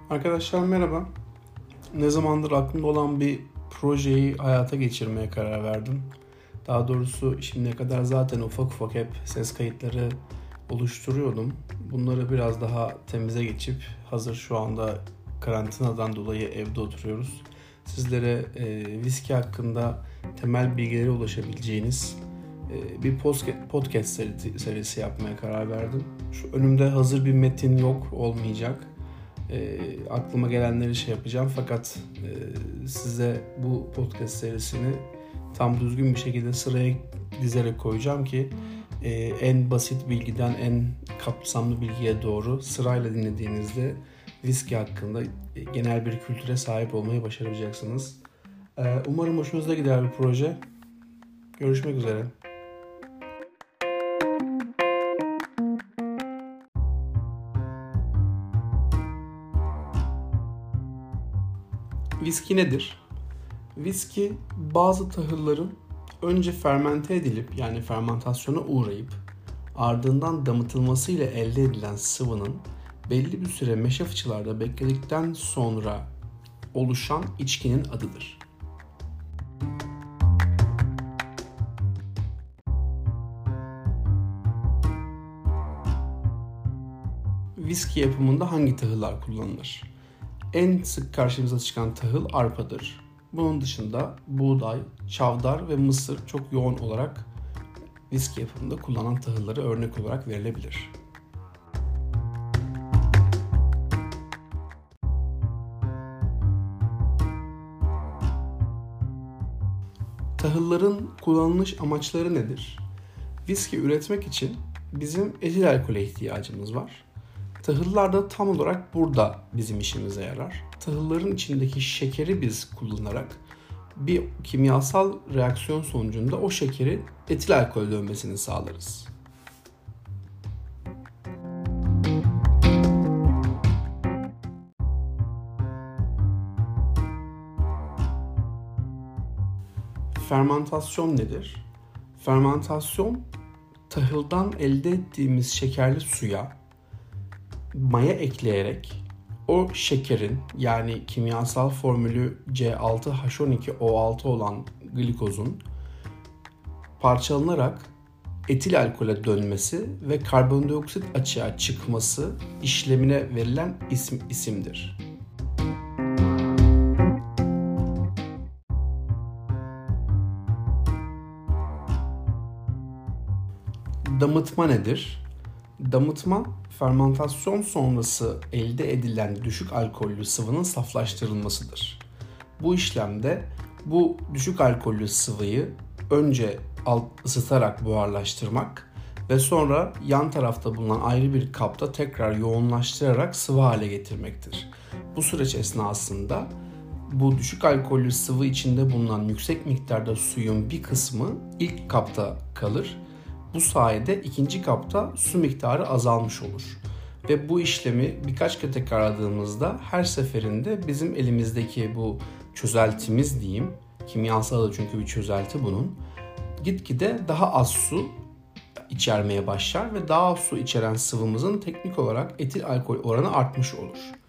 Arkadaşlar merhaba. Ne zamandır aklımda olan bir projeyi hayata geçirmeye karar verdim. Daha doğrusu şimdiye kadar zaten ufak ufak hep ses kayıtları oluşturuyordum. Bunları biraz daha temize geçip hazır şu anda karantinadan dolayı evde oturuyoruz. Sizlere viski hakkında temel bilgilere ulaşabileceğiniz bir podcast serisi yapmaya karar verdim. Şu önümde hazır bir metin yok, olmayacak. Aklıma gelenleri yapacağım fakat size bu podcast serisini tam düzgün bir şekilde sıraya dizerek koyacağım ki en basit bilgiden en kapsamlı bilgiye doğru sırayla dinlediğinizde viski hakkında genel bir kültüre sahip olmayı başaracaksınız. Umarım hoşunuza gider bir proje. Görüşmek üzere. Viski nedir? Viski bazı tahılların önce fermente edilip yani fermentasyona uğrayıp ardından damıtılmasıyla elde edilen sıvının belli bir süre meşe fıçılarda bekledikten sonra oluşan içkinin adıdır. Viski yapımında hangi tahıllar kullanılır? En sık karşımıza çıkan tahıl arpadır. Bunun dışında buğday, çavdar ve mısır çok yoğun olarak viski yapımında kullanılan tahıllara örnek olarak verilebilir. Tahılların kullanılış amaçları nedir? Viski üretmek için bizim etil alkole ihtiyacımız var. Tahıllar da tam olarak burada bizim işimize yarar. Tahılların içindeki şekeri biz kullanarak bir kimyasal reaksiyon sonucunda o şekeri etil alkol dönmesini sağlarız. Fermantasyon nedir? Fermantasyon, tahıldan elde ettiğimiz şekerli suya maya ekleyerek o şekerin yani kimyasal formülü C6H12O6 olan glikozun parçalanarak etil alkole dönmesi ve karbondioksit açığa çıkması işlemine verilen isimdir. Damıtma nedir? Damıtma, fermantasyon sonrası elde edilen düşük alkollü sıvının saflaştırılmasıdır. Bu işlemde bu düşük alkollü sıvıyı önce ısıtarak buharlaştırmak ve sonra yan tarafta bulunan ayrı bir kapta tekrar yoğunlaştırarak sıvı hale getirmektir. Bu süreç esnasında bu düşük alkollü sıvı içinde bulunan yüksek miktarda suyun bir kısmı ilk kapta kalır. Bu sayede ikinci kapta su miktarı azalmış olur. Ve bu işlemi birkaç kez tekrarladığımızda her seferinde bizim elimizdeki bu çözeltimiz diyeyim, kimyasal da çünkü bir çözelti bunun, gitgide daha az su içermeye başlar ve daha az su içeren sıvımızın teknik olarak etil alkol oranı artmış olur.